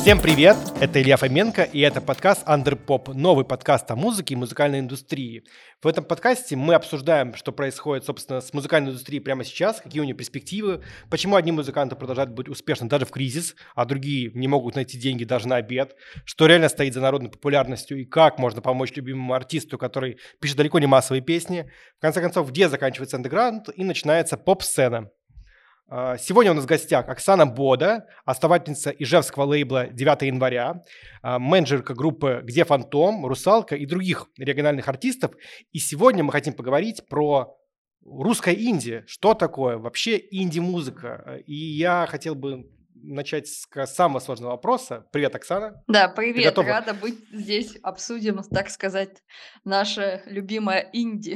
Всем привет! Это Илья Фоменко, и это подкаст Underpop, новый подкаст о музыке и музыкальной индустрии. В этом подкасте мы обсуждаем, что происходит, собственно, с музыкальной индустрией прямо сейчас, какие у нее перспективы, почему одни музыканты продолжают быть успешны даже в кризис, а другие не могут найти деньги даже на обед, что реально стоит за народной популярностью и как можно помочь любимому артисту, который пишет далеко не массовые песни. В конце концов, где заканчивается андеграунд и начинается поп-сцена. Сегодня у нас в гостях Оксана Бода, основательница ижевского лейбла «9 января», менеджерка группы «Где Фантом», «Русалка» и других региональных артистов. И сегодня мы хотим поговорить про русское инди. Что такое вообще инди-музыка? И я хотел бы начать с самого сложного вопроса. Привет, Оксана. Да, Ты привет, готова? рада быть здесь, обсудим, так сказать, наше любимое инди.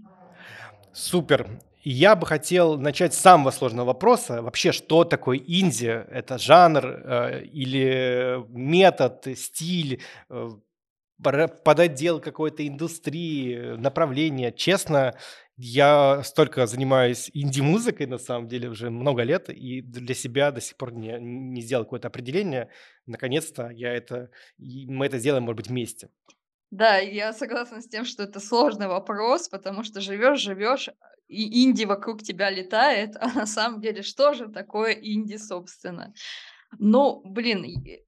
Супер. Я бы хотел начать с самого сложного вопроса. Вообще, что такое инди? Это жанр или метод, стиль, подотдел какой-то индустрии, направление? Честно, я столько занимаюсь инди-музыкой, на самом деле, уже много лет, и для себя до сих пор не сделал какое-то определение. Наконец-то мы это сделаем, может быть, вместе. Да, я согласна с тем, что это сложный вопрос, потому что живешь, и инди вокруг тебя летает, а на самом деле что же такое инди, собственно? Ну, блин,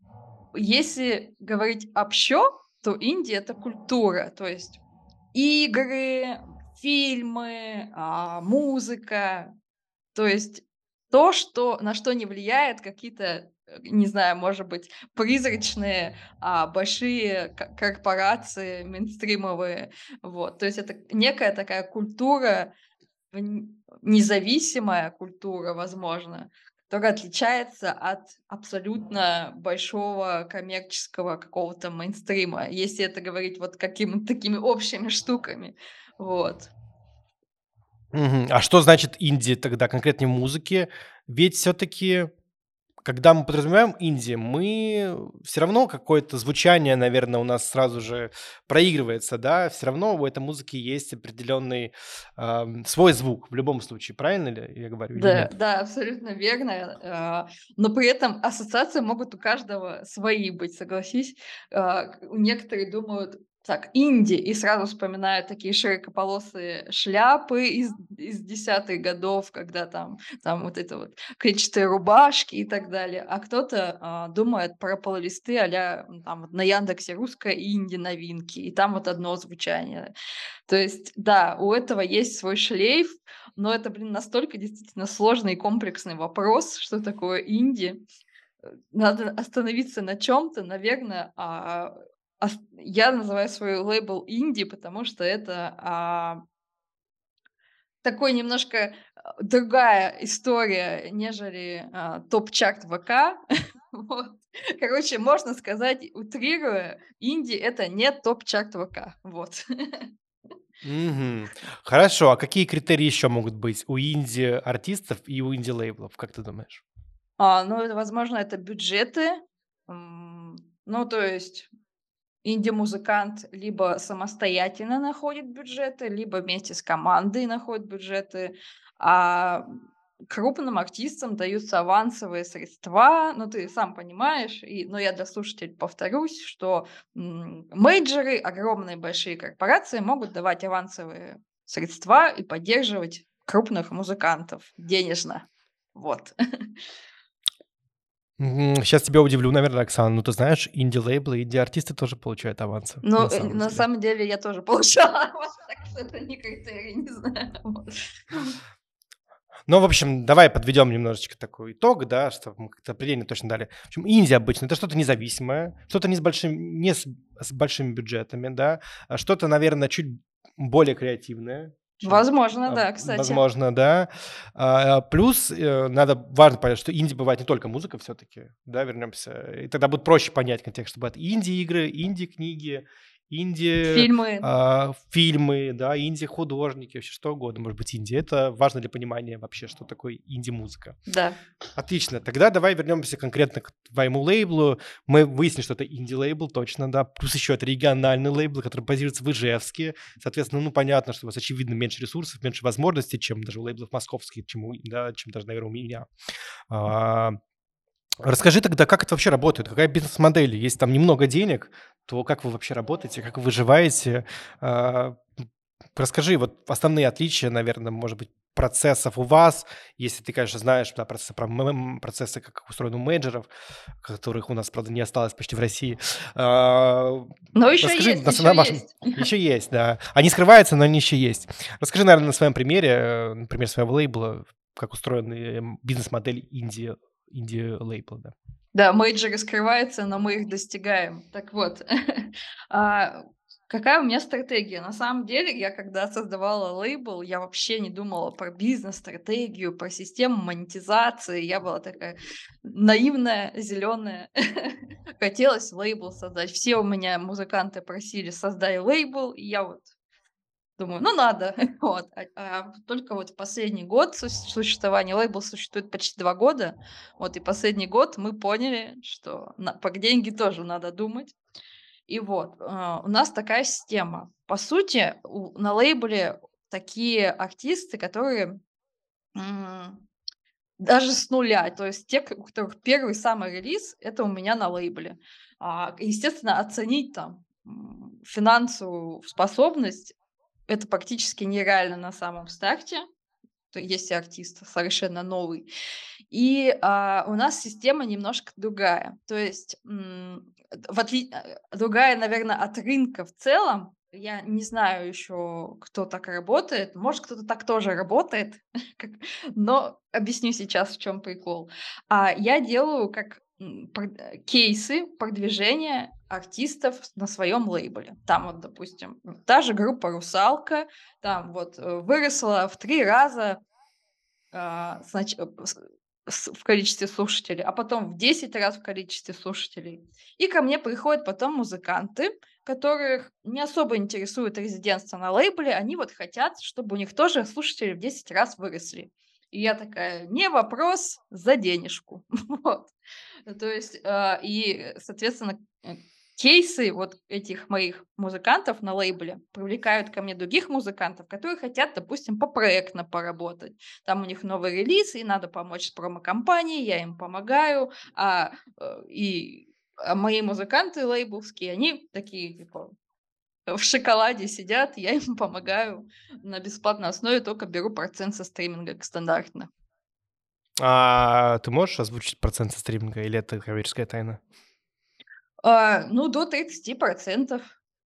если говорить общо, то инди — это культура, то есть игры, фильмы, музыка. То есть на что не влияет какие-то, не знаю, может быть, призрачные, большие корпорации мейнстримовые. Вот. То есть это некая такая культура, независимая культура, возможно, которая отличается от абсолютно большого коммерческого какого-то мейнстрима, если это говорить вот какими-то такими общими штуками. Вот. Мгм. А что значит инди тогда конкретно в музыке? Ведь все-таки, когда мы подразумеваем инди, мы все равно какое-то звучание, наверное, у нас сразу же проигрывается, да? Все равно у этой музыки есть определенный свой звук в любом случае, правильно ли я говорю или Да, нет? да, абсолютно верно. Но при этом ассоциации могут у каждого свои быть, согласись. Некоторые думают: так, инди, и сразу вспоминают такие широкополосые шляпы из 10-х годов, когда там вот это вот клетчатые рубашки и так далее. А кто-то думает про плейлисты а-ля там вот на Яндексе «Русская инди новинки», и там вот одно звучание. То есть, да, у этого есть свой шлейф, но это, блин, настолько действительно сложный и комплексный вопрос, что такое инди. Надо остановиться на чем то наверное. Я называю свой лейбл инди, потому что это, такой немножко, другая история, нежели, топ-чарт ВК. Вот. Короче, можно сказать, утрируя, инди — это не топ-чарт ВК. Вот. Мгм. Хорошо, а какие критерии еще могут быть у инди-артистов и у инди-лейблов, как ты думаешь? Ну, это, возможно, это бюджеты. М, ну, то есть инди-музыкант либо самостоятельно находит бюджеты, либо вместе с командой находит бюджеты. А крупным артистам даются авансовые средства. Ну, ты сам понимаешь, но я для слушателей повторюсь, что мейджоры, огромные большие корпорации могут давать авансовые средства и поддерживать крупных музыкантов денежно. Вот. Сейчас тебя удивлю, наверное, Оксана, но ты знаешь, инди-лейблы, инди-артисты тоже получают авансы, Ну, на самом на деле. самом деле я тоже получала аванс, так что это не критерий, не знаю. Вот. Ну, в общем, давай подведем немножечко такой итог, да, чтобы мы как-то определение точно дали. В общем, инди обычно это что-то независимое, что-то не с большими бюджетами, да, а что-то, наверное, чуть более креативное, чем, Возможно, да, кстати. возможно, да. Плюс важно понять, что инди бывает не только музыка все-таки, да, вернемся, и тогда будет проще понять контекст, что бывают инди-игры, инди-книги, инди Фильмы. фильмы, да, инди-художники, вообще что угодно может быть инди. Это важно для понимания вообще, что такое инди-музыка. Да. Отлично. Тогда давай вернемся конкретно к твоему лейблу. Мы выяснили, что это инди-лейбл, точно, да. Плюс еще это региональный лейбл, который базируется в Ижевске. Соответственно, ну, понятно, что у вас, очевидно, меньше ресурсов, меньше возможностей, чем даже у лейблов московских, чем даже, наверное, у меня. А, Расскажи тогда, как это вообще работает? Какая бизнес-модель? Если там немного денег, то как вы вообще работаете, как вы выживаете? А, Расскажи вот основные отличия, наверное, может быть, процессов у вас, если ты, конечно, знаешь да, процессы, как устроены у менеджеров, которых у нас, правда, не осталось почти в России. А, Но еще Расскажи, есть, еще есть. еще есть, да. Они скрываются, но они еще есть. Расскажи, наверное, на своем примере, например, своего лейбла, как устроена бизнес-модель инди-лейбла, да. Да, мейджоры скрываются, но мы их достигаем. Так вот, а, какая у меня стратегия? На самом деле, я когда создавала лейбл, я вообще не думала про бизнес-стратегию, про систему монетизации. Я была такая наивная, зеленая. Хотелось лейбл создать. Все у меня музыканты просили, создай лейбл, и я вот думаю, ну надо. Вот. Только вот в последний год существования лейбл существует почти 2 года. Вот и последний год мы поняли, что про деньги тоже надо думать. И вот, у нас такая система. По сути, на лейбле такие артисты, которые, м, даже с нуля, то есть те, у которых первый самый релиз — это у меня на лейбле. Естественно, оценить там, финансовую способность — это практически нереально на самом старте. Если артист совершенно новый. И, у нас система немножко другая. То есть, другая, наверное, от рынка в целом. Я не знаю еще, кто так работает. Может, кто-то так тоже работает, но объясню сейчас, в чем прикол. Я делаю как, кейсы продвижения артистов на своем лейбле. Там вот, допустим, та же группа "Русалка", там вот, выросла в 3 раза знач в количестве слушателей, а потом в 10 раз в количестве слушателей. И ко мне приходят потом музыканты, которых не особо интересует резидентство на лейбле. Они вот хотят, чтобы у них тоже слушатели в 10 раз выросли. И я такая: "Не вопрос, за денежку". Вот. То есть, соответственно, кейсы вот этих моих музыкантов на лейбле привлекают ко мне других музыкантов, которые хотят, допустим, попроектно поработать. Там у них новый релиз, и надо помочь с промо-компанией, я им помогаю. Мои музыканты лейбловские, они такие, типа, в шоколаде сидят, я им помогаю на бесплатной основе, только беру процент со стриминга стандартно. А ты можешь озвучить процент со стриминга или это коммерческая тайна? Ну, до 30%.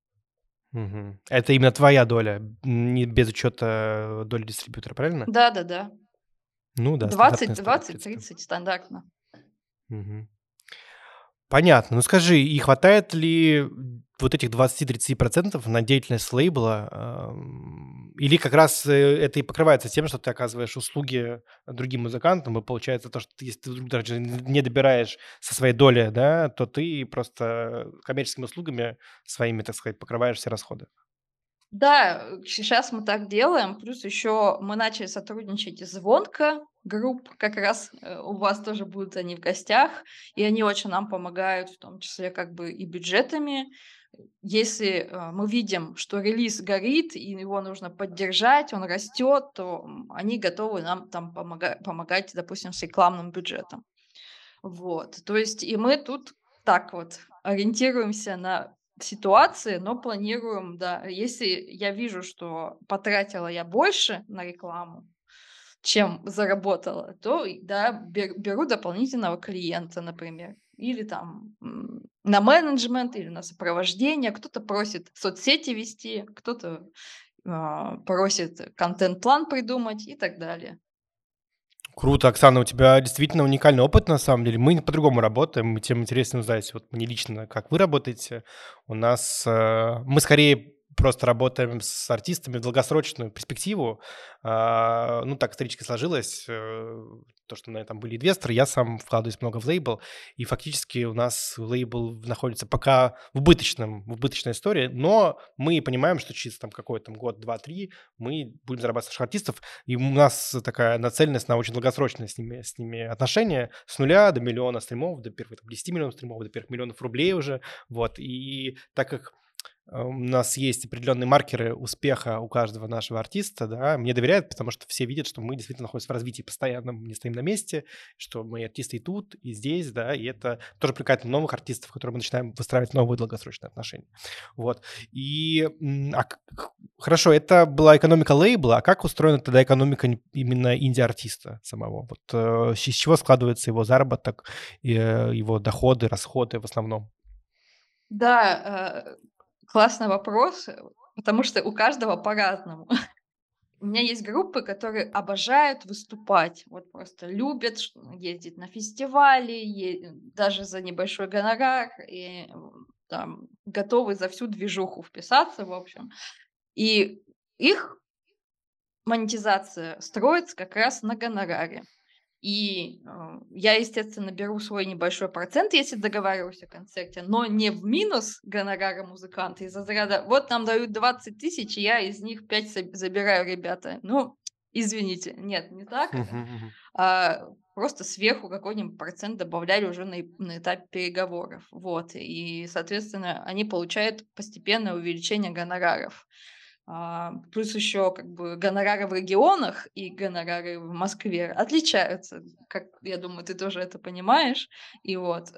Мгм. Это именно твоя доля, не без учета доли дистрибьютора, правильно? Да-да-да. Ну да, стандартная 20, история, в 20, принципе. 30 стандартно. Мгм. Понятно. Ну скажи, и хватает ли вот этих 20-30% на деятельность лейбла? Или как раз это и покрывается тем, что ты оказываешь услуги другим музыкантам, и получается то, что если ты вдруг даже не добираешь со своей доли, да, то ты просто коммерческими услугами своими, так сказать, покрываешь все расходы. Да, сейчас мы так делаем. Плюс еще мы начали сотрудничать из Звонка групп. Как раз у вас тоже будут они в гостях. И они очень нам помогают, в том числе как бы и бюджетами. Если мы видим, что релиз горит, и его нужно поддержать, он растет, то они готовы нам там помогать, допустим, с рекламным бюджетом. Вот, то есть и мы тут так вот ориентируемся на ситуации, но планируем, да. Если я вижу, что потратила я больше на рекламу, чем заработала, то да, беру дополнительного клиента, например. Или там на менеджмент, или на сопровождение. Кто-то просит соцсети вести, кто-то просит контент-план придумать и так далее. Круто, Оксана, у тебя действительно уникальный опыт, на самом деле. Мы по-другому работаем, и тем интереснее узнать, вот мне лично, как вы работаете. У нас, мы скорее просто работаем с артистами в долгосрочную перспективу. Ну, так исторически сложилось, то, что на этом были инвесторы. Я сам вкладываюсь много в лейбл, и фактически у нас лейбл находится пока в убыточной истории, но мы понимаем, что через там какой-то там год, два, три мы будем зарабатывать с наших артистов, и у нас такая нацеленность на очень долгосрочные с ними отношения. С нуля до миллиона стримов, до первых там, 10 миллионов стримов, до первых миллионов рублей уже. Вот. И так как у нас есть определенные маркеры успеха у каждого нашего артиста, да. Мне доверяют, потому что все видят, что мы действительно находимся в развитии постоянно, мы не стоим на месте, что мои артисты и тут, и здесь, да, и это тоже привлекает новых артистов, которые мы начинаем выстраивать новые долгосрочные отношения. Вот. И, хорошо, это была экономика лейбла, а как устроена тогда экономика именно инди-артиста самого? Вот из чего складывается его заработок, его доходы, расходы в основном? Да, классный вопрос, потому что у каждого по-разному. У меня есть группы, которые обожают выступать, вот просто любят ездить на фестивали, даже за небольшой гонорар, и там готовы за всю движуху вписаться, в общем. И их монетизация строится как раз на гонораре. И я, естественно, беру свой небольшой процент, если договариваюсь о концерте, но не в минус гонорара музыканта из разряда «вот нам дают 20 тысяч, и я из них 5 забираю, ребята». Ну, извините, нет, не так. Просто сверху какой-нибудь процент добавляли уже на этапе переговоров. Вот. И, соответственно, они получают постепенное увеличение гонораров. Плюс еще как бы гонорары в регионах и гонорары в Москве отличаются, как я думаю, ты тоже это понимаешь. И вот,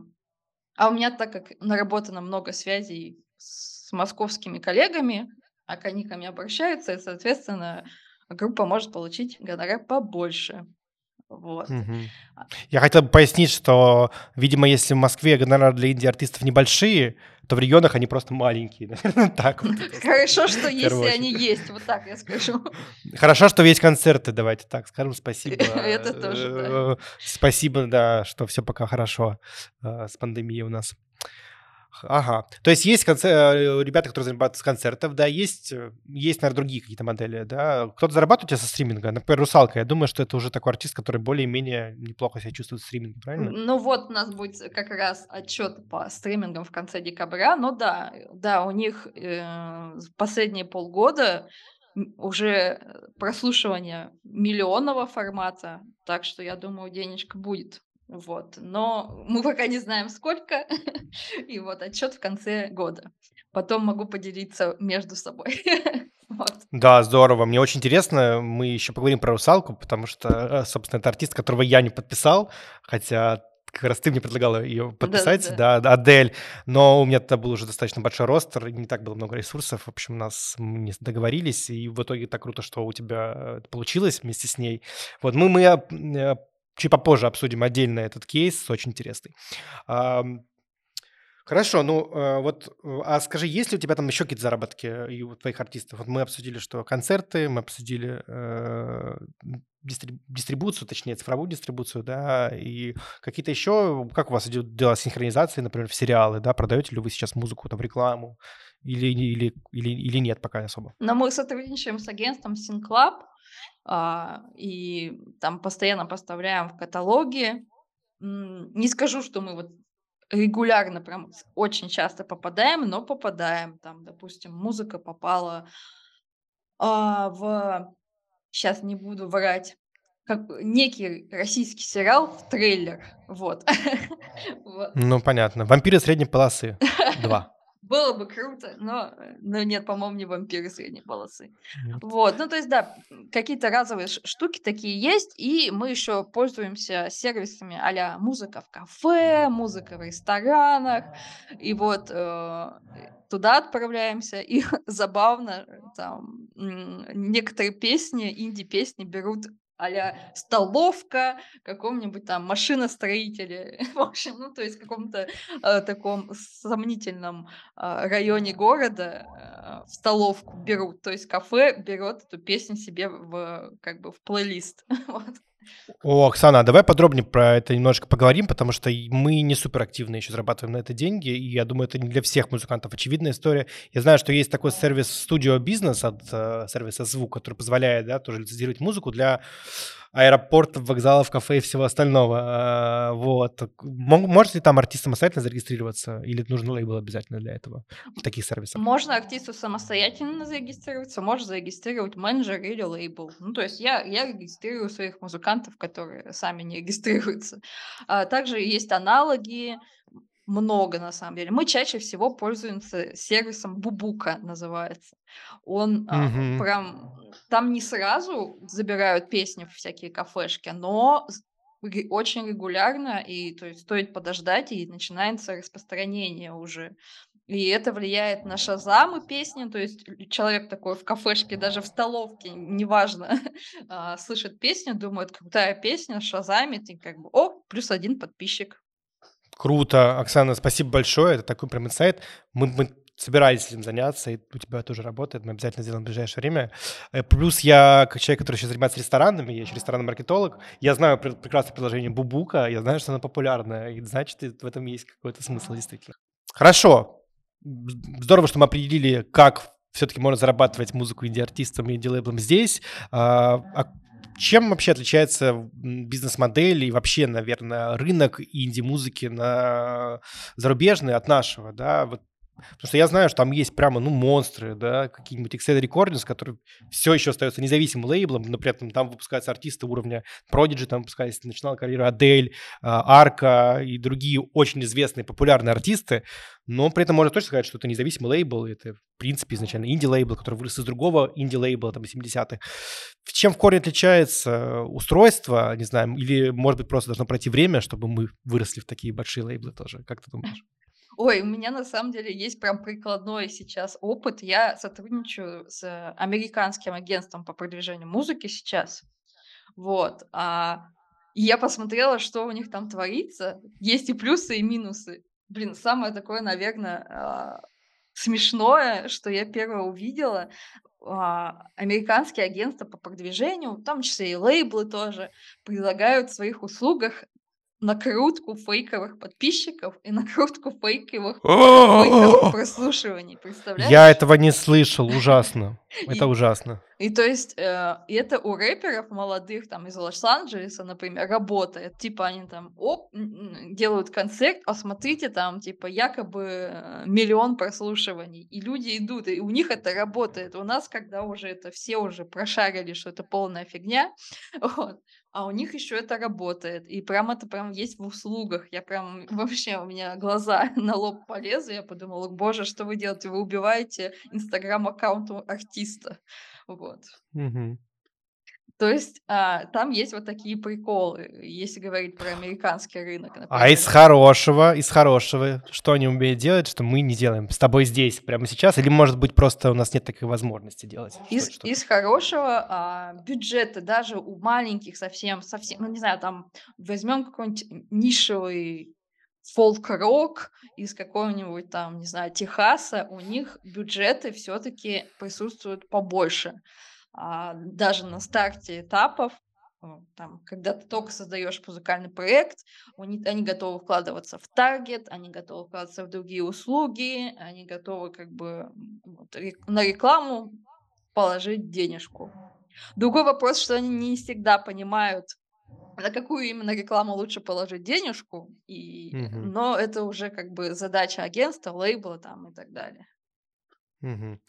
у меня, так как наработано много связей с московскими коллегами, они ко мне обращаются, и, соответственно, группа может получить гонорар побольше. Вот. Мгм. Я хотел бы пояснить, что, видимо, если в Москве гонорары для инди-артистов небольшие, то в регионах они просто маленькие. Наверное, так вот это Хорошо, что в если первую очередь. они есть, вот так я скажу. Хорошо, что есть концерты, давайте так скажем. Спасибо. Это тоже, да. Спасибо, да, что все пока хорошо с пандемией у нас. Ага. То есть есть ребята, которые зарабатывают с концертов, да, есть, наверное, другие какие-то модели, да. Кто-то зарабатывает у тебя со стриминга. Например, «Русалка». Я думаю, что это уже такой артист, который более-менее неплохо себя чувствует в стриминге, правильно? Ну вот у нас будет как раз отчет по стримингам в конце декабря. Но да, да, у них последние полгода уже прослушивание миллионного формата, так что я думаю, денежка будет. Вот. Но мы пока не знаем сколько. И вот отчет в конце года. Потом могу поделиться между собой. Вот. Да, здорово. Мне очень интересно. Мы еще поговорим про «Русалку», потому что, собственно, это артист, которого я не подписал, хотя как раз ты мне предлагала ее подписать, Да-да-да. да, Адель, но у меня тогда был уже достаточно большой ростер, и не так было много ресурсов. В общем, мы не договорились, и в итоге так круто, что у тебя это получилось вместе с ней. Вот чуть попозже обсудим отдельно этот кейс, очень интересный. Хорошо, а скажи, есть ли у тебя там еще какие-то заработки и у твоих артистов? Вот мы обсудили, что концерты, мы обсудили дистрибуцию, точнее, цифровую дистрибуцию, да, и какие-то еще, как у вас идет дело синхронизации, например, в сериалы, да, продаете ли вы сейчас музыку там в рекламу или нет пока особо? Но мы сотрудничаем с агентством SyncLab, и там постоянно поставляем в каталоги. Не скажу, что мы вот регулярно, прям очень часто попадаем, но попадаем. Там, допустим, музыка попала в... Сейчас не буду врать. Как некий российский сериал в трейлер. Вот. Вот. Ну, понятно. «Вампиры средней полосы 2». Было бы круто, но нет, по-моему, не вампиры средней полосы. Нет. Вот, ну, то есть, да, какие-то разовые штуки такие есть, и мы еще пользуемся сервисами а-ля музыка в кафе, музыка в ресторанах, и вот туда отправляемся, и забавно, там некоторые песни, инди-песни берут а-ля столовка, каком-нибудь там машиностроителе, в общем, ну, то есть в каком-то таком сомнительном районе города, в столовку берут. То есть кафе берет эту песню себе как бы в плейлист. Вот. О, Оксана, а давай подробнее про это немножко поговорим, потому что мы не суперактивно еще зарабатываем на это деньги, и я думаю, это не для всех музыкантов очевидная история. Я знаю, что есть такой сервис Studio Business от сервиса «Звук», который позволяет, да, тоже лицензировать музыку для аэропортов, вокзалов, кафе и всего остального. Вот. Может ли там артист самостоятельно зарегистрироваться, или нужен лейбл обязательно для этого в таких сервисах? Можно артисту самостоятельно зарегистрироваться, можно зарегистрировать менеджер или лейбл. Ну, то есть я регистрирую своих музыкантов, которые сами не регистрируются. Также есть аналоги. много на самом деле. Мы чаще всего пользуемся сервисом Бубука, называется. Он Мгм. прям там не сразу забирают песни в всякие кафешки, но очень регулярно, и то есть стоит подождать, и начинается распространение уже. И это влияет на шазамы песни, то есть человек такой в кафешке, даже в столовке, неважно, слышит песню, думает, крутая песня, шазамит, и как бы, о, плюс один подписчик. Круто, Оксана, спасибо большое. Это такой прям инсайт. Мы собирались этим заняться, и у тебя тоже работает. Мы обязательно сделаем в ближайшее время. Плюс я, как человек, который сейчас занимается ресторанами, я еще ресторанный маркетолог, я знаю прекрасное приложение Бубука, я знаю, что оно популярное, и значит, в этом есть какой-то смысл, действительно. Хорошо. Здорово, что мы определили, как все-таки можно зарабатывать музыку инди-артистам и инди-лейблом здесь. Чем вообще отличается бизнес-модель и вообще, наверное, рынок инди-музыки зарубежный от нашего, да? Вот, потому что я знаю, что там есть прямо, ну, монстры, да, какие-нибудь Excel Recordings, которые все еще остаются независимым лейблом, но при этом там выпускаются артисты уровня Prodigy, там выпускались, начинала карьеру Адель, Арка и другие очень известные, популярные артисты, но при этом можно точно сказать, что это независимый лейбл, это, в принципе, изначально инди-лейбл, который вырос из другого инди-лейбла, там, 70-х. Чем в корне отличается устройство, не знаю, или, может быть, просто должно пройти время, чтобы мы выросли в такие большие лейблы тоже? Как ты думаешь? Ой, у меня на самом деле есть прям прикладной сейчас опыт. Я сотрудничаю с американским агентством по продвижению музыки сейчас. Вот. И я посмотрела, что у них там творится. Есть и плюсы, и минусы. Блин, самое такое, наверное, смешное, что я первое увидела, американские агентства по продвижению, в том числе и лейблы тоже, предлагают в своих услугах накрутку фейковых подписчиков и накрутку фейковых прослушиваний. Я Представляешь? этого не слышал, ужасно. Это И ужасно. и то есть, и это у рэперов молодых там из Лос-Анджелеса, например, работает. Типа они там, делают концерт, а смотрите, там типа якобы, 1 прослушиваний. И люди идут, и у них это работает. У нас, когда уже это все уже прошарили, что это полная фигня, вот, а у них еще это работает. И прям это прям есть в услугах. Я прям вообще, у меня глаза на лоб полезли. Я подумала: "Боже, что вы делаете? Вы убиваете инстаграм-аккаунт у артиста". Вот. Мгм. То есть, там есть вот такие приколы, если говорить про американский рынок, А например. из хорошего, что они умеют делать, что мы не делаем с тобой здесь, прямо сейчас? Или, может быть, просто у нас нет такой возможности делать что-то? Из хорошего, бюджеты даже у маленьких совсем, ну, не знаю, там возьмем какой-нибудь нишевый фолк-рок из какого-нибудь там, не знаю, Техаса, у них бюджеты все таки присутствуют побольше. Даже на старте этапов, там, когда ты только создаешь музыкальный проект, они готовы вкладываться в таргет, они готовы вкладываться в другие услуги, они готовы как бы вот, на рекламу положить денежку. Другой вопрос, что они не всегда понимают, на какую именно рекламу лучше положить денежку, Мгм. но это уже как бы задача агентства, лейбла там и так далее. Мгм.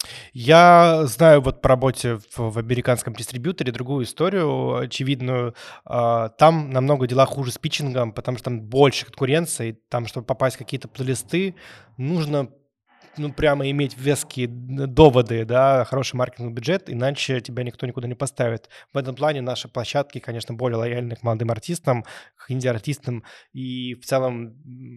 Я знаю вот по работе в американском дистрибьюторе другую историю очевидную. Там намного дела хуже с питчингом, потому что там больше конкуренции. Там, чтобы попасть в какие-то плейлисты, нужно, ну, прямо иметь веские доводы, да, хороший маркетинговый бюджет, иначе тебя никто никуда не поставит. В этом плане наши площадки, конечно, более лояльны к молодым артистам, к инди-артистам. И в целом,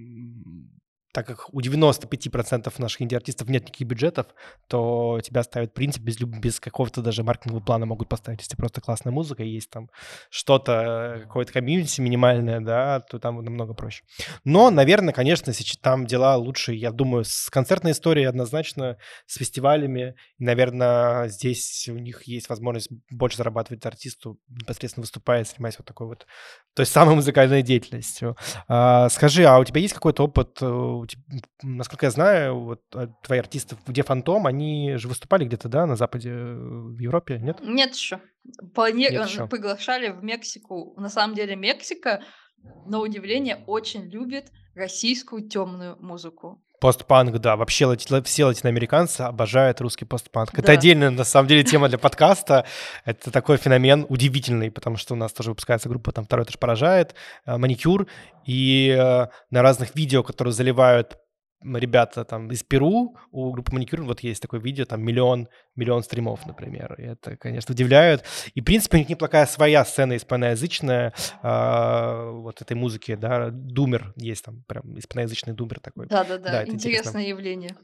так как у 95% наших инди-артистов нет никаких бюджетов, то тебя ставят, в принципе, без какого-то даже маркетингового плана могут поставить. Если просто классная музыка, есть там что-то, какое-то комьюнити минимальное, да, то там намного проще. Но, наверное, конечно, если там дела лучше, я думаю, с концертной историей однозначно, с фестивалями. И, наверное, здесь у них есть возможность больше зарабатывать артисту, непосредственно выступая, занимаясь вот такой вот той самой музыкальной деятельностью. Скажи, а у тебя есть какой-то опыт? Насколько я знаю, вот твои артисты, где Фантом, они же выступали где-то, да, на Западе, в Европе, нет? Нет еще. Нет еще. Приглашали в Мексику. На самом деле Мексика, на удивление, очень любит российскую темную музыку. Постпанк, да. Вообще все латиноамериканцы обожают русский постпанк. Это Да. отдельная, на самом деле, тема для подкаста. Это такой феномен удивительный, потому что у нас тоже выпускается группа, там, «Второй этаж поражает», «Маникюр», и на разных видео, которые заливают ребята там из Перу, у группы «Маникюр» вот есть такое видео, там миллион стримов, например. И это, конечно, удивляет. И, в принципе, у них неплохая своя сцена испаноязычная вот этой музыки, да. Думер есть там, прям испаноязычный думер такой. Да, Да-да-да, это интересно. интересное явление.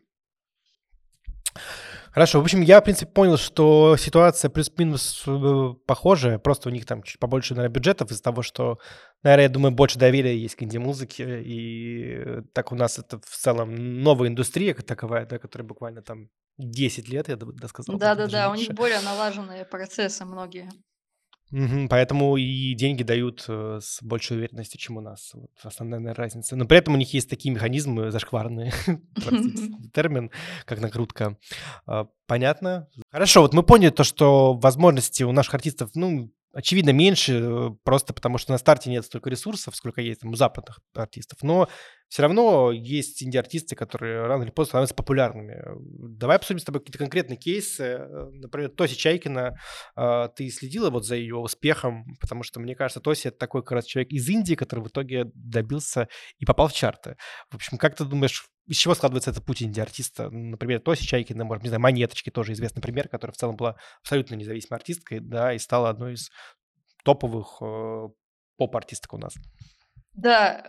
Хорошо, в общем, я, в принципе, понял, что ситуация плюс-минус похожая, просто у них там чуть побольше, наверное, бюджетов из-за того, что, наверное, я думаю, больше доверия есть к инди-музыке, и так у нас это в целом новая индустрия как таковая, да, которая буквально там 10 лет, я бы сказал, даже Да-да-да, у них меньше. более налаженные процессы многие. Поэтому и деньги дают с большей уверенностью, чем у нас. Вот основная, наверное, разница. Но при этом у них есть такие механизмы зашкварные, простите за термин, как накрутка. Понятно. Хорошо, вот мы поняли то, что возможности у наших артистов, ну, очевидно, меньше, просто потому что на старте нет столько ресурсов, сколько есть там у западных артистов. Но все равно есть инди-артисты, которые рано или поздно становятся популярными. Давай обсудим с тобой какие-то конкретные кейсы. Например, Тося Чайкина. Ты следила вот за ее успехом? Потому что, мне кажется, Тося — это такой как раз человек из Индии, который в итоге добился и попал в чарты. В общем, как ты думаешь, из чего складывается этот путь инди-артиста? Например, Тося Чайкина, может, не знаю, Монеточки тоже известный пример, которая в целом была абсолютно независимой артисткой, да, и стала одной из топовых поп-артисток у нас. Да,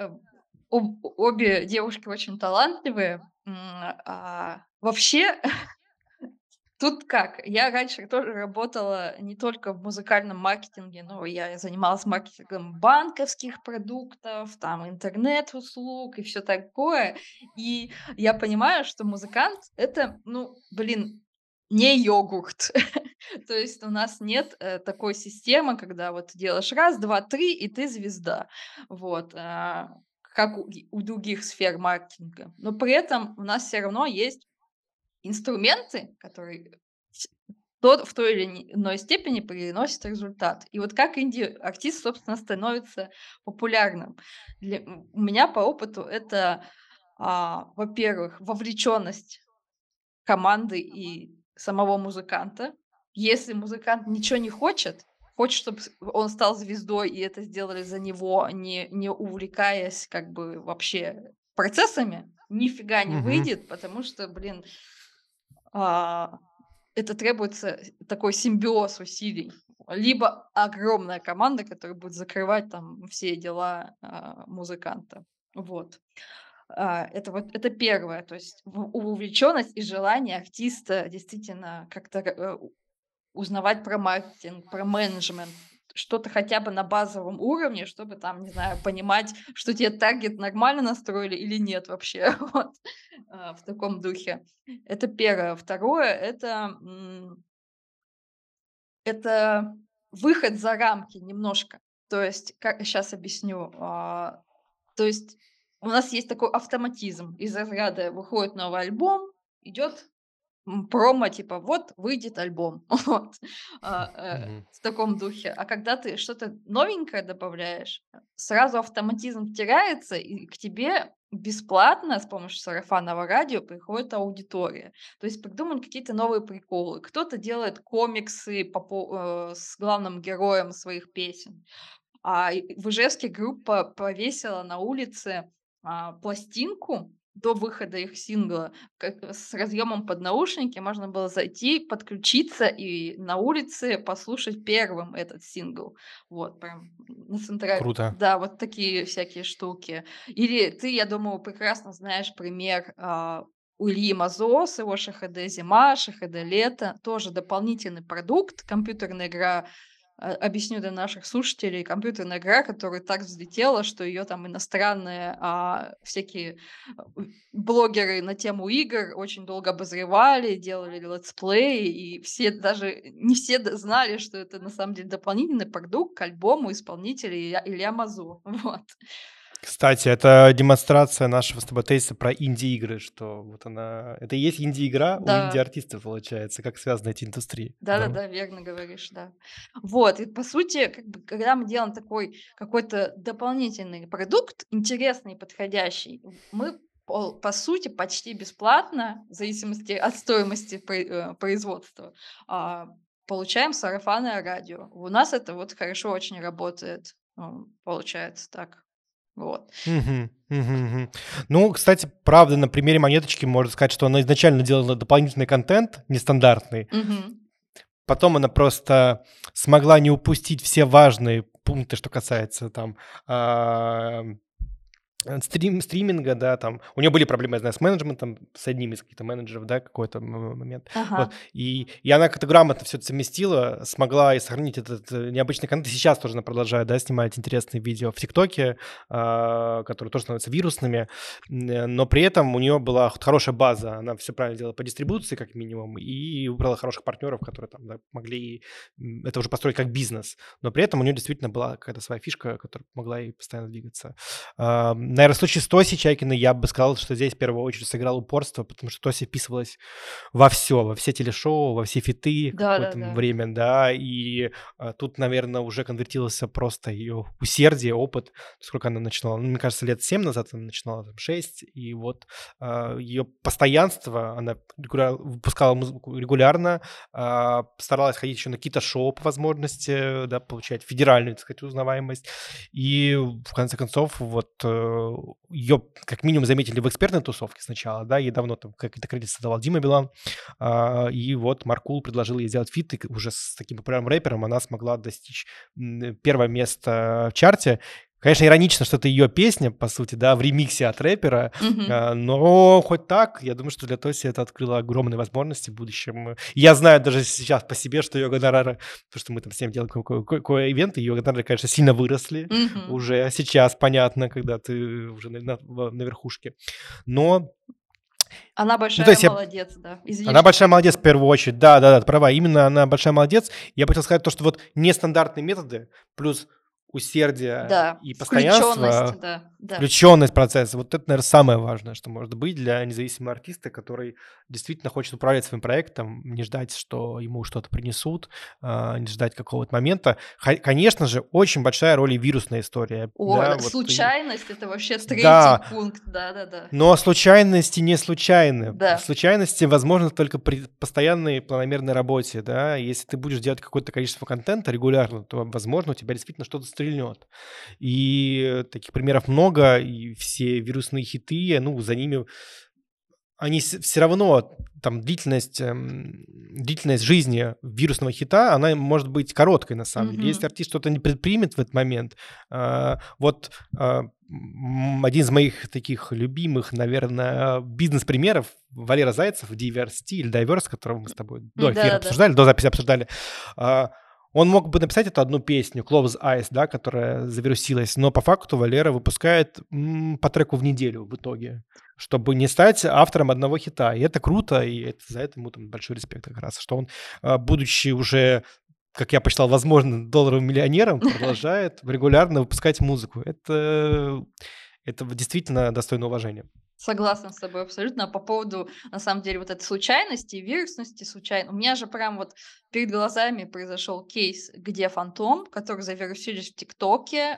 обе девушки очень талантливые. Вообще, тут как, я раньше тоже работала не только в музыкальном маркетинге, но я занималась маркетингом банковских продуктов, там, интернет-услуг и все такое. И я понимаю, что музыкант — это, ну, блин, не йогурт. То есть у нас нет такой системы, когда вот ты делаешь раз, два, три, и ты звезда. Вот. Как у других сфер маркетинга. Но при этом у нас все равно есть инструменты, которые в той или иной степени приносят результат. И вот как инди-артист, собственно, становится популярным. У меня по опыту это, во-первых, вовлеченность команды и самого музыканта. Если музыкант ничего не хочет, чтобы он стал звездой, и это сделали за него, не увлекаясь как бы вообще процессами, нифига не Мгм. выйдет, потому что, блин, а, это требуется такой симбиоз усилий. Либо огромная команда, которая будет закрывать там все дела музыканта. Вот. Это первое. То есть увлеченность и желание артиста действительно как-то узнавать про маркетинг, про менеджмент, что-то хотя бы на базовом уровне, чтобы там, не знаю, понимать, что тебе таргет нормально настроили или нет вообще. Вот. В таком духе. Это первое. Второе — это выход за рамки немножко. То есть, как сейчас объясню. То есть у нас есть такой автоматизм из разряда: выходит новый альбом, идет промо, типа: "Вот выйдет альбом". Вот. Мгм. В таком духе. А когда ты что-то новенькое добавляешь, сразу автоматизм теряется, и к тебе бесплатно с помощью сарафанного радио приходит аудитория. То есть придуман какие-то новые приколы. Кто-то делает комиксы с главным героем своих песен. В Ижевске группа повесила на улице, пластинку до выхода их сингла, с разъемом под наушники. Можно было зайти, подключиться и на улице послушать первым этот сингл. Вот, прям на Круто. Да, вот такие всякие штуки. Или ты, я думаю, прекрасно знаешь пример, у Ильи Мазо с его "ШХД зима", "ШХД лето". Тоже дополнительный продукт, компьютерная игра. Объясню для наших слушателей: компьютерная игра, которая так взлетела, что ее там иностранные, всякие, блогеры на тему игр очень долго обозревали, делали летсплеи, и все даже не все знали, что это на самом деле дополнительный продукт к альбому исполнителя Илья Мазо. Вот. Кстати, это демонстрация нашего с тобой тезиса про инди-игры, что вот она это и есть инди-игра у Да. инди-артиста, получается, как связаны эти индустрии. Здорово. Да-да-да, верно говоришь, да. Вот, и по сути, как бы, когда мы делаем такой какой-то дополнительный продукт, интересный и подходящий, мы по сути, почти бесплатно, в зависимости от стоимости производства, а, получаем сарафанное радио. У нас это вот хорошо очень работает, получается так. Вот. Мгм, мгм, мгм. Ну, кстати, правда, на примере "Монеточки" можно сказать, что она изначально делала дополнительный контент нестандартный, Мгм. потом она просто смогла не упустить все важные пункты, что касается там, стриминга, да, там. У нее были проблемы, я знаю, с менеджментом, с одним из каких-то менеджеров, да, какой-то момент. Вот. Ага. И она как-то грамотно все это совместила, смогла и сохранить этот необычный контент. И сейчас тоже она продолжает, да, снимать интересные видео в ТикТоке, которые тоже становятся вирусными. Но при этом у нее была хорошая база. Она все правильно делала по дистрибуции, как минимум, и выбрала хороших партнеров, которые там, да, могли это уже построить как бизнес. Но при этом у нее действительно была какая-то своя фишка, которая помогла ей постоянно двигаться. Наверно, в случае с Тосей Чайкиной я бы сказал, что здесь в первую очередь сыграло упорство, потому что Тося вписывалась во все телешоу, во все фиты какое-то Да-да-да. время, да. И, тут, наверное, уже конвертировался просто ее усердие, опыт. Сколько она начинала? Ну, мне кажется, лет 7 назад она начинала, там 6. И вот, ее постоянство, она выпускала музыку регулярно, старалась ходить еще на какие-то шоу по возможности, да, получать федеральную, так сказать, узнаваемость. И в конце концов, вот, ее как минимум заметили в экспертной тусовке сначала, да, ей давно там какие-то кредиты давал Дима Билан, и вот Маркул предложил ей сделать фит, и уже с таким популярным рэпером она смогла достичь 1 место в чарте. Конечно, иронично, что это ее песня, по сути, да, в ремиксе от рэпера, Мгм. но хоть так, я думаю, что для Тоси это открыло огромные возможности в будущем. Я знаю даже сейчас по себе, что ее гонорары, потому что мы там с ним делаем ивенты, ее гонорары, конечно, сильно выросли Мгм. уже сейчас, понятно, когда ты уже на верхушке. Но, Она ну, то большая есть молодец, да. Извини, она что большая молодец в перебила. первую очередь. Да-да-да, ты права. Именно она большая молодец. Я бы хотел сказать то, что вот нестандартные методы плюс усердие Да, и включенность, постоянство, да, да. включенность в процесс. Вот это, наверно, самое важное, что может быть для независимого артиста, который действительно хочет управлять своим проектом, не ждать, что ему что-то принесут, не ждать какого-то момента. Конечно же, очень большая роль и вирусная история. О, Да, вот и случайность — это вообще третий да. пункт. Да-да-да. Но случайности не случайны. Да. Случайности возможны только при постоянной планомерной работе, да. Если ты будешь делать какое-то количество контента регулярно, то, возможно, у тебя действительно что-то стрельнет. И таких примеров много, и все вирусные хиты, ну, за ними они все равно, там длительность жизни вирусного хита, она может быть короткой на самом деле. Если Мгм. артист что-то не предпримет в этот момент, вот, один из моих таких любимых, наверное, бизнес-примеров — Валера Зайцев, Diversity или Diverse, которого мы с тобой до эфира Да-да-да. обсуждали, до записи обсуждали. А, Он мог бы написать эту одну песню "Close Eyes", да, которая завирусилась, но по факту Валера выпускает, по треку в неделю в итоге, чтобы не стать автором одного хита. И это круто, и за это ему там большой респект как раз, что он, будучи уже, как я посчитал, возможно, долларовым миллионером, продолжает регулярно выпускать музыку. Это вот действительно достойно уважения. Согласна с тобой абсолютно. А по поводу, на самом деле, вот этой случайности, вирусности случайно. У меня же прям вот перед глазами произошел кейс, где Фантом, который завирусились в ТикТоке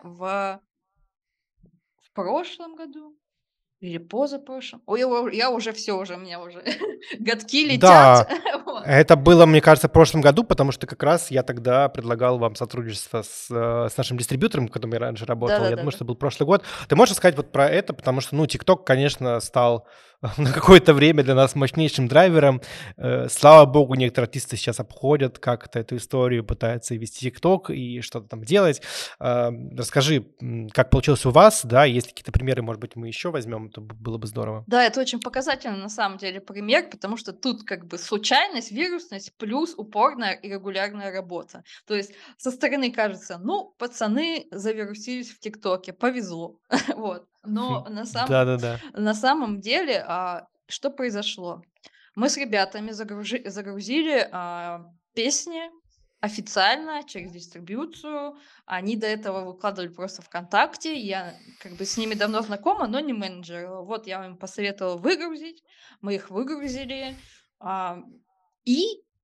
в прошлом году или позапрошлом. Ой, я уже все уже, у меня уже годки летят. Да, Вот. это было, мне кажется, в прошлом году, потому что как раз я тогда предлагал вам сотрудничество с нашим дистрибьютором, с которым я раньше работал. Я думаю, Да-да-да-да. что это был прошлый год. Ты можешь сказать вот про это? Потому что, ну, TikTok, конечно, стал на какое-то время для нас мощнейшим драйвером. Слава богу, некоторые артисты сейчас обходят как-то эту историю, пытаются вести TikTok и что-то там делать. Расскажи, как получилось у вас, да, если какие-то примеры, может быть, мы еще возьмем, то было бы здорово. Да, это очень показательный на самом деле пример, потому что тут как бы случайность, вирусность плюс упорная и регулярная работа. То есть со стороны кажется, ну, пацаны завирусились в ТикТоке, повезло. Вот. Но Да-да-да. на самом деле, что произошло? Мы с ребятами загрузили песни официально через дистрибьюцию. Они до этого выкладывали просто ВКонтакте. Я как бы с ними давно знакома, но не менеджер. Вот я им посоветовала выгрузить. Мы их выгрузили. А, и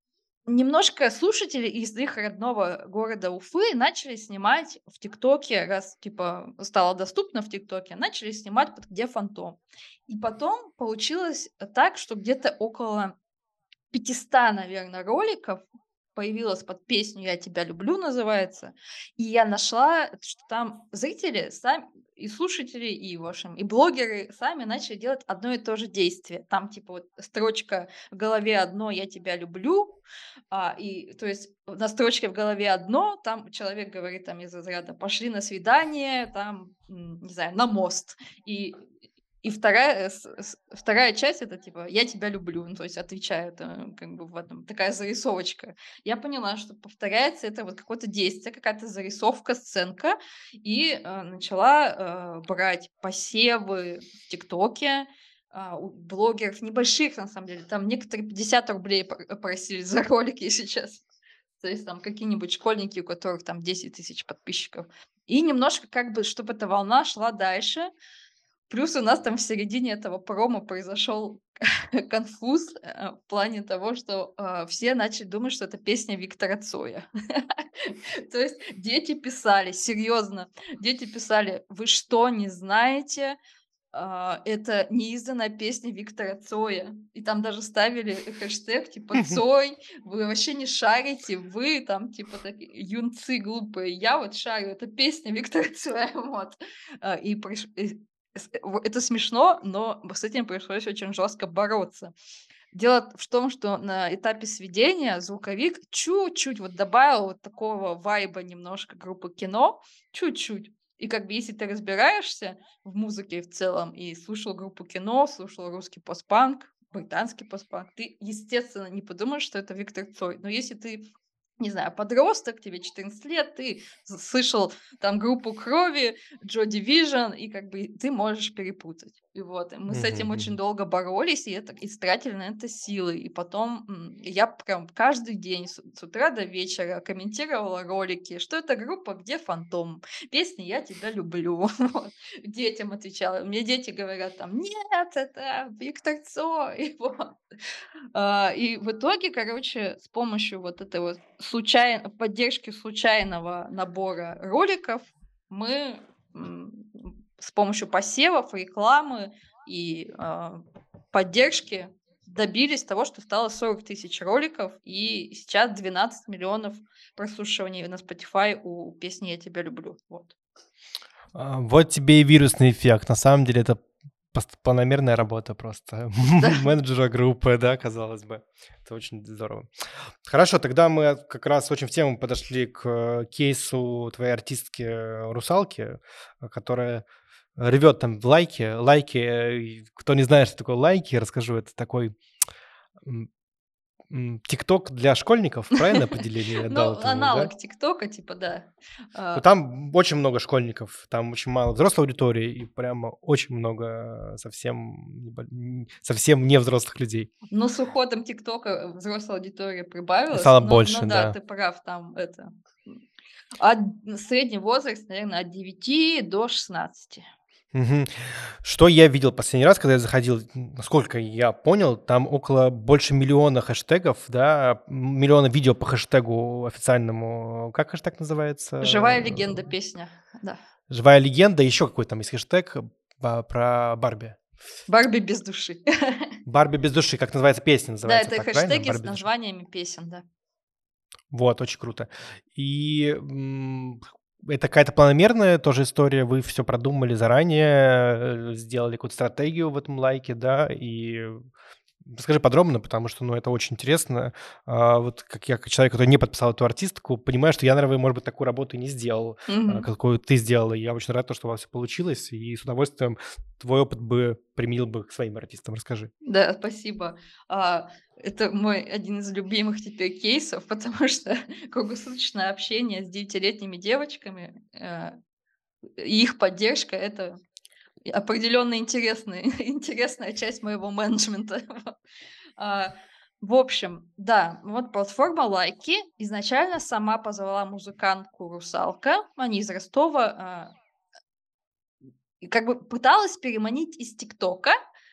немножко слушатели из их родного города Уфы начали снимать в ТикТоке, раз типа стало доступно в ТикТоке, начали снимать под «Где фантом?». И потом получилось так, что где-то около 500, наверно, роликов появилось под песню «Я тебя люблю» называется. И я нашла, что там зрители сами и слушатели, и, в общем, и блогеры сами начали делать одно и то же действие. Там типа вот строчка в голове одно «Я тебя люблю», и то есть на строчке в голове одно, там человек говорит там из разряда «Пошли на свидание», там, не знаю, «На мост». И и вторая часть — это типа «Я тебя люблю», ну, то есть отвечает, как бы в этом такая зарисовочка. Я поняла, что повторяется это вот какое-то действие, какая-то зарисовка, сценка, и, начала, брать посевы в «ТикТоке», у блогеров небольших, на самом деле. Там некоторые 50 рублей просили за ролики, если честно. То есть там какие-нибудь школьники, у которых там 10 тысяч подписчиков. И немножко как бы, чтобы эта волна шла дальше. Плюс у нас там в середине этого промо произошел конфуз, в плане того, что, все начали думать, что это песня Виктора Цоя. То есть дети писали, серьезно, дети писали: «Вы что, не знаете? Это неизданная песня Виктора Цоя». И там даже ставили хэштег типа «Цой, вы вообще не шарите, вы там типа такие юнцы глупые, я вот шарю, это песня Виктора Цоя». Вот. И это смешно, но с этим пришлось очень жестко бороться. Дело в том, что на этапе сведения звуковик чуть-чуть вот добавил вот такого вайба немножко группы «Кино», чуть-чуть. И как бы если ты разбираешься в музыке в целом и слушал группу «Кино», слушал русский постпанк, британский постпанк, ты, естественно, не подумаешь, что это Виктор Цой. Но если ты, не знаю, подросток, тебе 14 лет, ты слышал там группу «Крови», Joy Division, и как бы ты можешь перепутать. И вот, и мы с Мгм, этим очень мгм. долго боролись, и это истратили на это силы. И потом я прям каждый день с утра до вечера комментировала ролики, что это группа «Где фантом?», песня «Я тебя люблю». Вот. Детям отвечала. Мне дети говорят там: «Нет, это Виктор Цой». Вот. И в итоге, короче, с помощью вот этой вот поддержки случайного набора роликов мы, с помощью посевов, рекламы и, поддержки добились того, что стало 40 тысяч роликов, и сейчас 12 миллионов прослушиваний на Spotify у песни «Я тебя люблю». Вот. Вот тебе и вирусный эффект. На самом деле это планомерная работа просто Да. менеджера группы, да, казалось бы. Это очень здорово. Хорошо, тогда мы как раз очень в тему подошли к кейсу твоей артистки «Русалки», которая ревет там в лайки. Лайки, кто не знает, что такое лайки, расскажу. Это такой ТикТок для школьников, правильное определение я дал Ну, этому, да? аналог «ТикТока», типа, да. Но А, там очень много школьников, там очень мало взрослой аудитории и прямо очень много совсем не взрослых людей. но с уходом «ТикТока» взрослая аудитория прибавилась. Стало Но больше, да, да. ты прав, там это, м, от средний возраст, наверное, от 9 до 16. Мгм. Что я видел последний раз, когда я заходил, насколько я понял, там около больше миллиона хэштегов, да, миллиона видео по хэштегу официальному. Как хэштег «Живая называется? легенда» песня, да. «Живая легенда». Еще какой там есть хэштег про Барби. «Барби без души». «Барби без души», как называется песня, Да, называется это так, правильно? хэштеги «Барби с без души». названиями песен, да. Вот, очень круто. И, это какая-то планомерная тоже история? Вы все продумали заранее, сделали какую-то стратегию в этом лайке, да? И расскажи подробно, потому что, ну, это очень интересно. Вот как я, как человек, который не подписал эту артистку, понимаю, что я, наверное, может быть, такую работу и не сделал, Мгм. какую ты сделала. И я очень рад, то, что у вас всё получилось, и с удовольствием твой опыт бы применил бы к своим артистам. Расскажи. Да, спасибо. Это мой один из любимых теперь кейсов, потому что круглосуточное общение с 9-летними девочками, и их поддержка — это и определенно интересная интересная часть моего менеджмента. Вот. А, в общем, да, вот платформа «Лайки» изначально сама позвала музыкантку «Русалка». Они из Ростова, и как бы пыталась переманить из «ТикТока»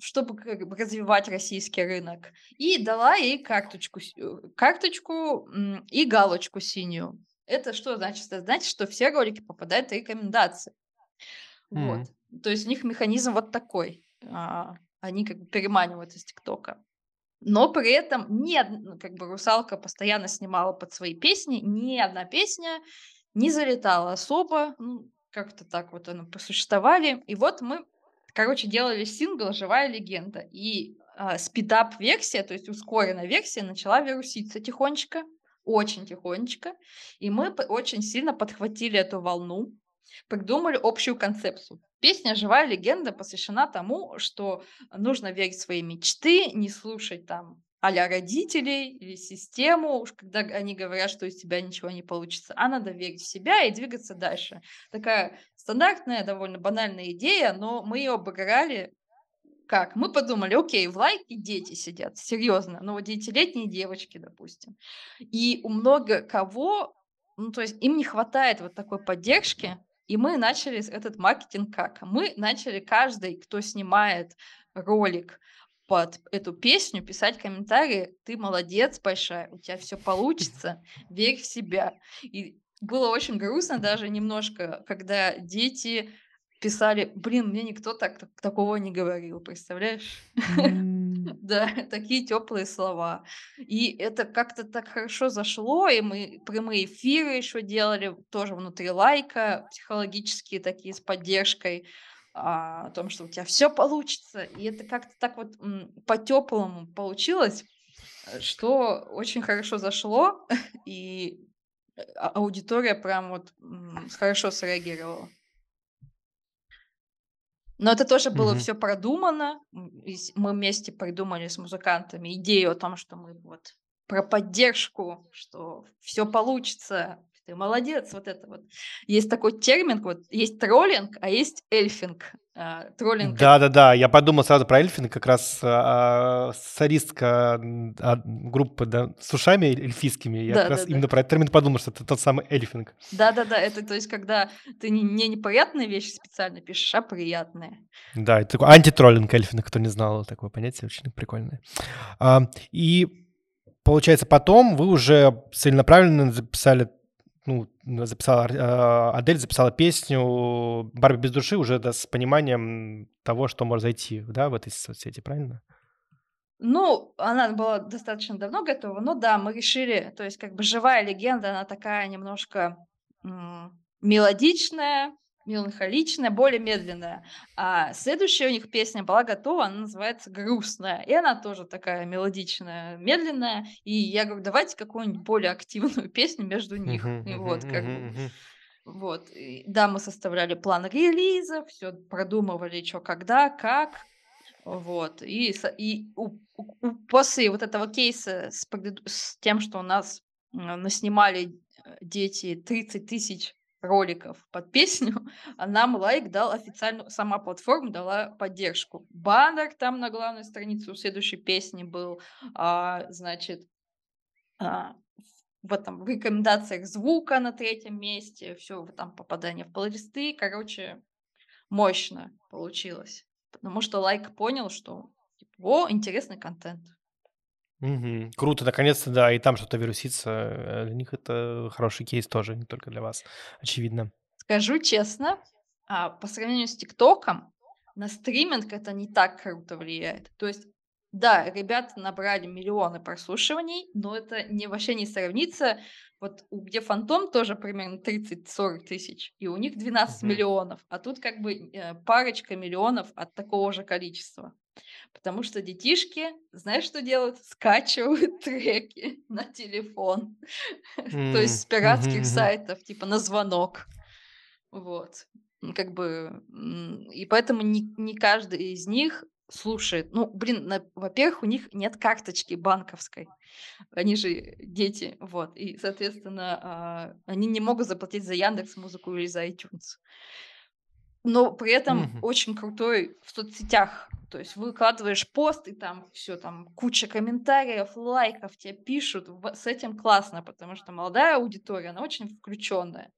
чтобы как бы развивать российский рынок. И дала ей карточку и галочку синюю. Это что значит? Это значит, что все ролики попадают в рекомендации. Вот. М. То есть у них механизм вот такой. Они как бы переманивают из ТикТока. Но при этом как бы «Русалка» постоянно снимала под свои песни, ни одна песня не залетала особо. Ну, как-то так вот оно посуществовали. И вот мы, короче, делали сингл «Живая легенда». И спидап-версия, то есть ускоренная версия, начала вируситься тихонечко, очень тихонечко. И мы очень сильно подхватили эту волну, придумали общую концепцию. Песня «Живая легенда» посвящена тому, что нужно верить в свои мечты, не слушать там а-ля родителей или систему, уж когда они говорят, что из тебя ничего не получится, а надо верить в себя и двигаться дальше. Такая стандартная, довольно банальная идея, но мы ее обыграли как? Мы подумали, окей, в лайке дети сидят, серьезно, ну вот 9-летние девочки, допустим. И у много кого, ну то есть им не хватает вот такой поддержки, и мы начали этот маркетинг как? Мы начали каждый, кто снимает ролик под эту песню, писать комментарии: «Ты молодец большая, у тебя все получится, верь в себя». И было очень грустно даже немножко, когда дети писали: «Блин, мне никто такого не говорил», представляешь? М. Да, такие теплые слова. И это как-то так хорошо зашло, и мы прямые эфиры еще делали, тоже внутри лайка, психологические такие, с поддержкой, о том, что у тебя все получится. И это как-то так вот, по-теплому получилось, что очень хорошо зашло, и, аудитория прям вот, хорошо среагировала. Но это тоже было Мгм. все продумано. Мы вместе придумали с музыкантами идею о том, что мы вот про поддержку, что все получится, ты молодец, вот это вот. Есть такой термин, вот есть троллинг, а есть эльфинг. Троллинг — это Да-да-да, я подумал сразу про Эльфина, как раз, солистка, группы, да, с ушами эльфийскими. Я как раз да-да-да. именно про этот термин подумал, что это тот самый эльфинг. Да-да-да, это то есть, когда ты не неприятные вещи специально пишешь, а приятные. Да, это такой антитроллинг эльфинг, кто не знал, такое понятие очень прикольное. И получается, потом вы уже целенаправленно записали, ну, Адель записала песню «Барби без души» уже, да, с пониманием того, что может зайти, да, в этой соцсети, правильно? Ну, она была достаточно давно готова, но да, мы решили, то есть как бы «Живая легенда», она такая немножко, мелодичная, меланхоличная, более медленная. А следующая у них песня была готова, она называется «Грустная», и она тоже такая мелодичная, медленная. И я говорю: «Давайте какую-нибудь более активную песню между них». Мгм, И мгм, вот как мгм, бы, мгм. вот. И да, мы составляли план релиза, все продумывали, чё, когда, как. Вот, после вот этого кейса с тем, что у нас, наснимали, дети 30 000 роликов под песню, а нам лайк дал официально, сама платформа дала поддержку. Баннер там на главной странице у следующей песни был, значит, а, в этом, в рекомендациях звука на третьем месте, все там попадание в плейлисты. Короче, мощно получилось, потому что лайк понял, что типа: «О, интересный контент». Мгм. Круто, наконец-то, да, и там что-то вирусится. Для них это хороший кейс тоже, не только для вас, очевидно. Скажу честно, по сравнению с «ТикТоком» на стриминг это не так круто влияет. То есть, да, ребята набрали миллионы прослушиваний, но это вообще не сравнится. Вот где «Фантом» тоже примерно 30-40 тысяч, и у них 12 Мгм. миллионов, а тут как бы, парочка миллионов от такого же количества. Потому что детишки, знаешь, что делают? Скачивают треки на телефон. То есть с Мгм, пиратских мгм. сайтов, типа на звонок. Вот. Как бы, и поэтому не каждый из них слушает. Ну, блин, во-первых, у них нет карточки банковской. Они же дети, вот. И, соответственно, они не могут заплатить за Яндекс Музыку или за iTunes. Но при этом Мгм. очень крутой в соцсетях. То есть выкладываешь пост, и там все, там куча комментариев, лайков, тебе пишут. С этим классно, потому что молодая аудитория, она очень включенная.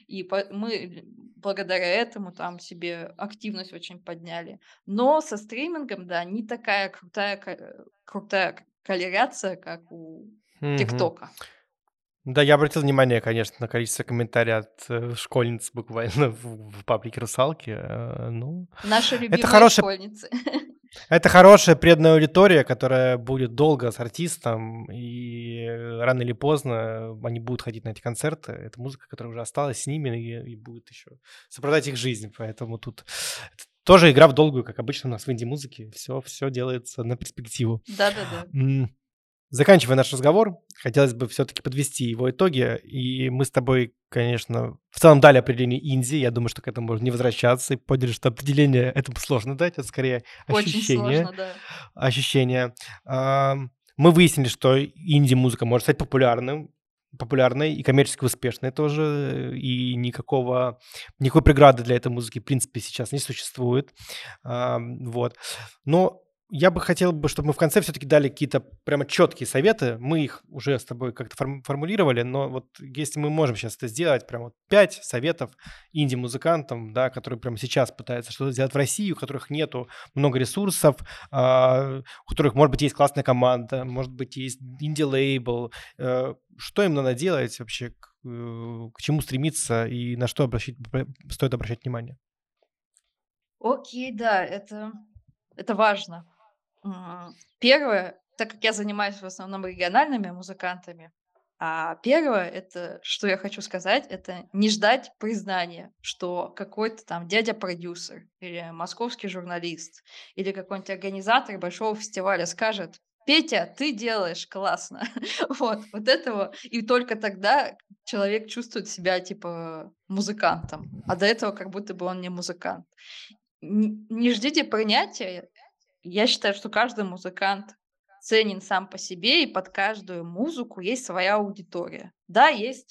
и мы благодаря этому там себе активность очень подняли. Но со стримингом, да, не такая крутая корреляция, как у Мгм. "ТикТока". Да, я обратил внимание, конечно, на количество комментариев от, школьниц буквально в паблике "Русалки". Ну, Наши это любимые хорошая школьницы. это хорошая преданная аудитория, которая будет долго с артистом, и рано или поздно они будут ходить на эти концерты. Это музыка, которая уже осталась с ними и будет еще сопровождать их жизнь. Поэтому тут тоже игра в долгую, как обычно у нас в инди-музыке. Все делается на перспективу. Да-да-да. М. Заканчивая наш разговор, хотелось бы все-таки подвести его итоги. И мы с тобой, конечно, в целом дали определение инди. Я думаю, что к этому можно не возвращаться. И поняли, что определение этому сложно дать, это скорее Очень ощущение. сложно, да. Ощущение. Мы выяснили, что инди-музыка может стать популярной и коммерчески успешной тоже. И никакой преграды для этой музыки, в принципе, сейчас не существует. Вот. Но я бы хотел, чтобы мы в конце все-таки дали какие-то прямо четкие советы. Мы их уже с тобой как-то формулировали, но вот если мы можем сейчас это сделать, прям вот 5 советов инди-музыкантам, да, которые прямо сейчас пытаются что-то сделать в России, у которых нету много ресурсов, у которых, может быть, есть классная команда, может быть, есть инди-лейбл. Что им надо делать вообще, к чему стремиться и на что стоит обращать внимание? Окей, да, это важно. 1, так как я занимаюсь в основном региональными музыкантами, первое, это, что я хочу сказать, это не ждать признания, что какой-то там дядя-продюсер или московский журналист или какой-нибудь организатор большого фестиваля скажет: "Петя, ты делаешь классно". Вот этого. И только тогда человек чувствует себя типа музыкантом, а до этого как будто бы он не музыкант. Не ждите принятия. Я считаю, что каждый музыкант ценен сам по себе, и под каждую музыку есть своя аудитория. Да, есть,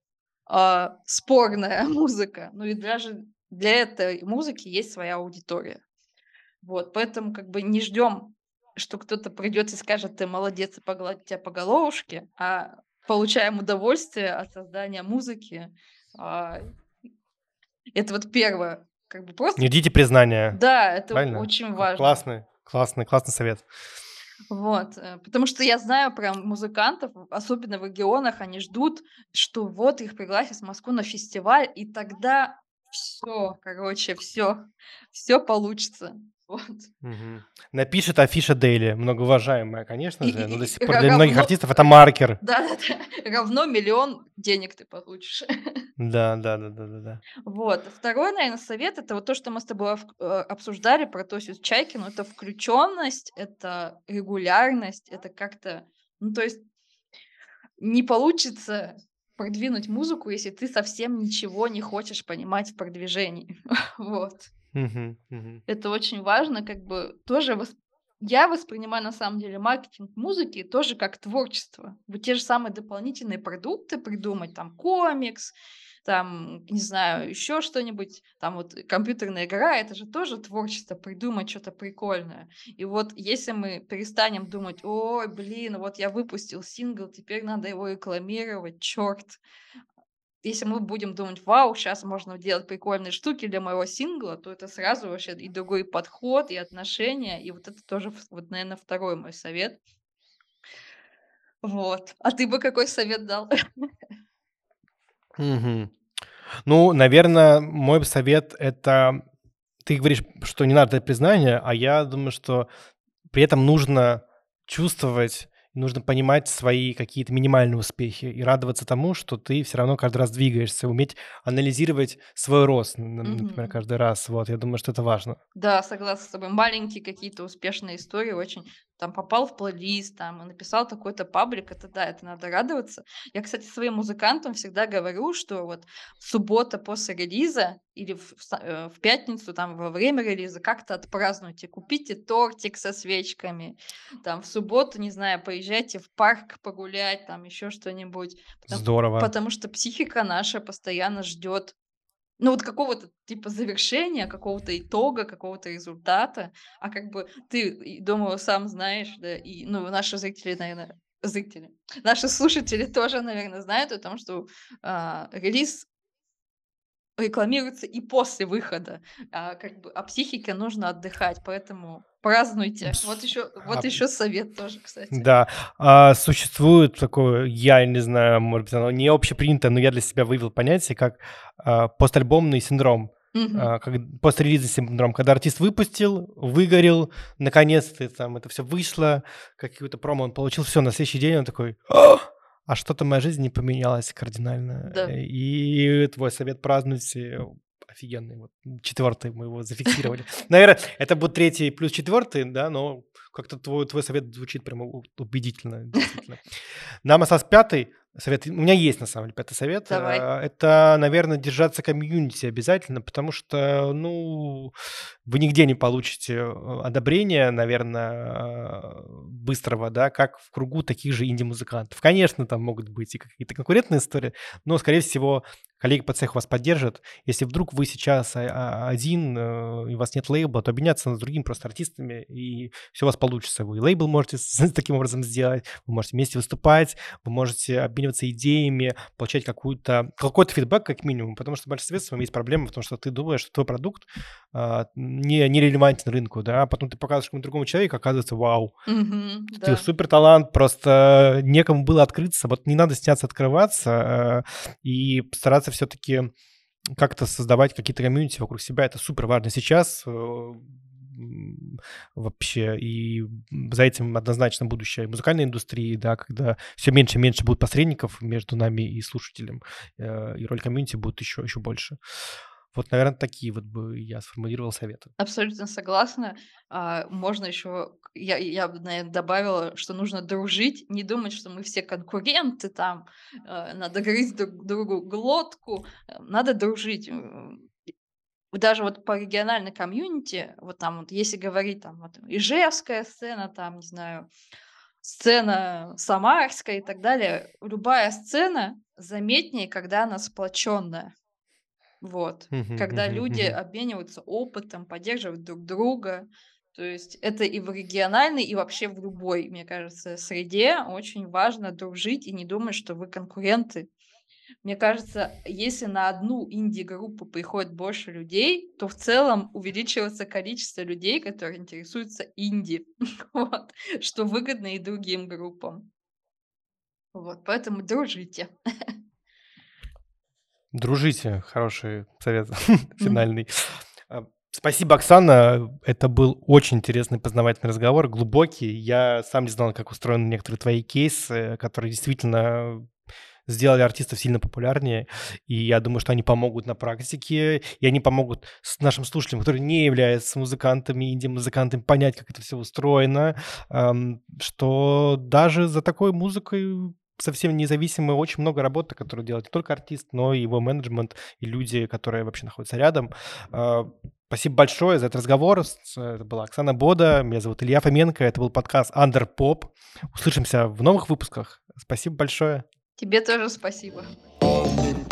спорная музыка, но и даже для этой музыки есть своя аудитория. Вот, поэтому как бы не ждем, что кто-то придет и скажет: "Ты молодец", и погладит тебя по головушке, а получаем удовольствие от создания музыки. А, это вот первое. Как бы Не просто ждите признания, да, это правильно? очень важно. Классный совет. Вот, потому что я знаю прям музыкантов, особенно в регионах, они ждут, что вот их пригласят в Москву на фестиваль, и тогда все, короче, все получится. Вот. Мгм. Напишет Афиша Дейли, многоуважаемая, конечно же, но до сих И пор для многих равно артистов это маркер. да-да-да, равно 1 000 000 денег ты получишь. Да, да-да-да-да-да. Вот. Второй, наверное, совет — это вот то, что мы с тобой обсуждали про Тосю Чайкину. Это включенность, это регулярность, это как-то, ну, то есть не получится продвинуть музыку, если ты совсем ничего не хочешь понимать в продвижении. Вот. Мгм, мгм. Это очень важно, как бы тоже я воспринимаю на самом деле маркетинг музыки тоже как творчество. Вот те же самые дополнительные продукты придумать, там комикс, там, не знаю, еще что-нибудь, там вот компьютерная игра, это же тоже творчество, придумать что-то прикольное. И вот если мы перестанем думать: "Ой, блин, вот я выпустил сингл, теперь надо его рекламировать, черт". Если мы будем думать: "Вау, сейчас можно делать прикольные штуки для моего сингла", то это сразу вообще и другой подход, и отношения. И вот это тоже вот, наверное, второй мой совет. Вот. А ты бы какой совет дал? Мгм. Ну, наверно, мой совет — это ты говоришь, что не надо дать признания, а я думаю, что при этом нужно чувствовать, нужно понимать свои какие-то минимальные успехи и радоваться тому, что ты все равно каждый раз двигаешься, уметь анализировать свой рост, например, Мгм. каждый раз. Вот, я думаю, что это важно. Да, согласна с тобой. Маленькие какие-то успешные истории очень там попал в плейлист, там, и написал такой-то паблик. Это да, это надо радоваться. Я, кстати, своим музыкантам всегда говорю, что вот суббота после релиза или в пятницу, там, во время релиза как-то отпразднуйте. Купите тортик со свечками. Там в субботу, не знаю, поезжайте в парк погулять, там еще что-нибудь. Здорово. Потому что психика наша постоянно ждет, ну, вот какого-то типа завершения, какого-то итога, какого-то результата. А как бы ты, думаю, сам знаешь, да, и, ну, наши зрители, наверное, наши слушатели тоже, наверное, знают о том, что, релиз рекламируется и после выхода. Психике нужно отдыхать, поэтому празднуйте. Вот С- еще, а, вот еще совет тоже, кстати. Да, существует такое, я не знаю, может быть, оно не общепринято, но я для себя вывел понятие, как постальбомный синдром, Мгм. пострелизный синдром, когда артист выпустил, выгорел, наконец-то там это все вышло, какую-то промо он получил, все, на следующий день он такой, а что-то в моей жизни не поменялось кардинально. Да. И твой совет празднуйте офигенный. Вот, четвертый мы его зафиксировали. Наверное, это будет третий плюс четвертый, да, но как-то твой совет звучит прямо убедительно, действительно. Нам остался пятый совет. У меня есть, на самом деле, пятый совет. Давай. Это, наверное, держаться комьюнити обязательно, потому что, вы нигде не получите одобрения, наверное, быстрого, да, как в кругу таких же инди-музыкантов. Конечно, там могут быть и какие-то конкурентные истории, но, скорее всего, коллеги по цеху вас поддержат. Если вдруг вы сейчас один, и у вас нет лейбла, то объединяться с другими просто артистами, и все у вас получится. Вы лейбл можете таким образом сделать, вы можете вместе выступать, вы можете обмениваться идеями, получать какой-то фидбэк как минимум, потому что в большинстве своем есть проблема в том, что ты думаешь, что твой продукт не релевантен рынку, да, а потом ты показываешь какому-то другому человеку, оказывается, вау, Мгм. ты Да. супер талант, просто некому было открыться. Вот не надо стесняться открываться и стараться все-таки как-то создавать какие-то комьюнити вокруг себя. Это супер важно сейчас вообще. И за этим однозначно будущее музыкальной индустрии, да, когда все меньше и меньше будет посредников между нами и слушателем, и роль комьюнити будет еще больше. Вот, наверное, такие вот бы я сформулировал советы. Абсолютно согласна. Можно еще, я бы, наверное, добавила, что нужно дружить, не думать, что мы все конкуренты, там, надо грызть друг другу глотку, надо дружить. Даже вот по региональной комьюнити, вот там вот, если говорить там вот ижевская сцена, там, не знаю, сцена самарская и так далее, любая сцена заметнее, когда она сплоченная. Вот. Мгм, Когда мгм, люди мгм. обмениваются опытом, поддерживают друг друга. То есть это и в региональной, и вообще в любой, мне кажется, среде очень важно дружить и не думать, что вы конкуренты. Мне кажется, если на одну инди-группу приходит больше людей, то в целом увеличивается количество людей, которые интересуются инди. Вот. Что выгодно и другим группам. Вот. Поэтому дружите. Дружите, хороший совет Мгм. финальный. Спасибо, Оксана. Это был очень интересный познавательный разговор, глубокий. Я сам не знал, как устроены некоторые твои кейсы, которые действительно сделали артистов сильно популярнее. И я думаю, что они помогут на практике, и они помогут нашим слушателям, которые не являются музыкантами, инди-музыкантами, понять, как это все устроено, что даже за такой музыкой совсем независимо очень много работы, которую делает не только артист, но и его менеджмент, и люди, которые вообще находятся рядом. А, Спасибо большое за этот разговор. Это была Оксана Бода, меня зовут Илья Фоменко, это был подкаст Underpop. Услышимся в новых выпусках. Спасибо большое. Тебе тоже спасибо.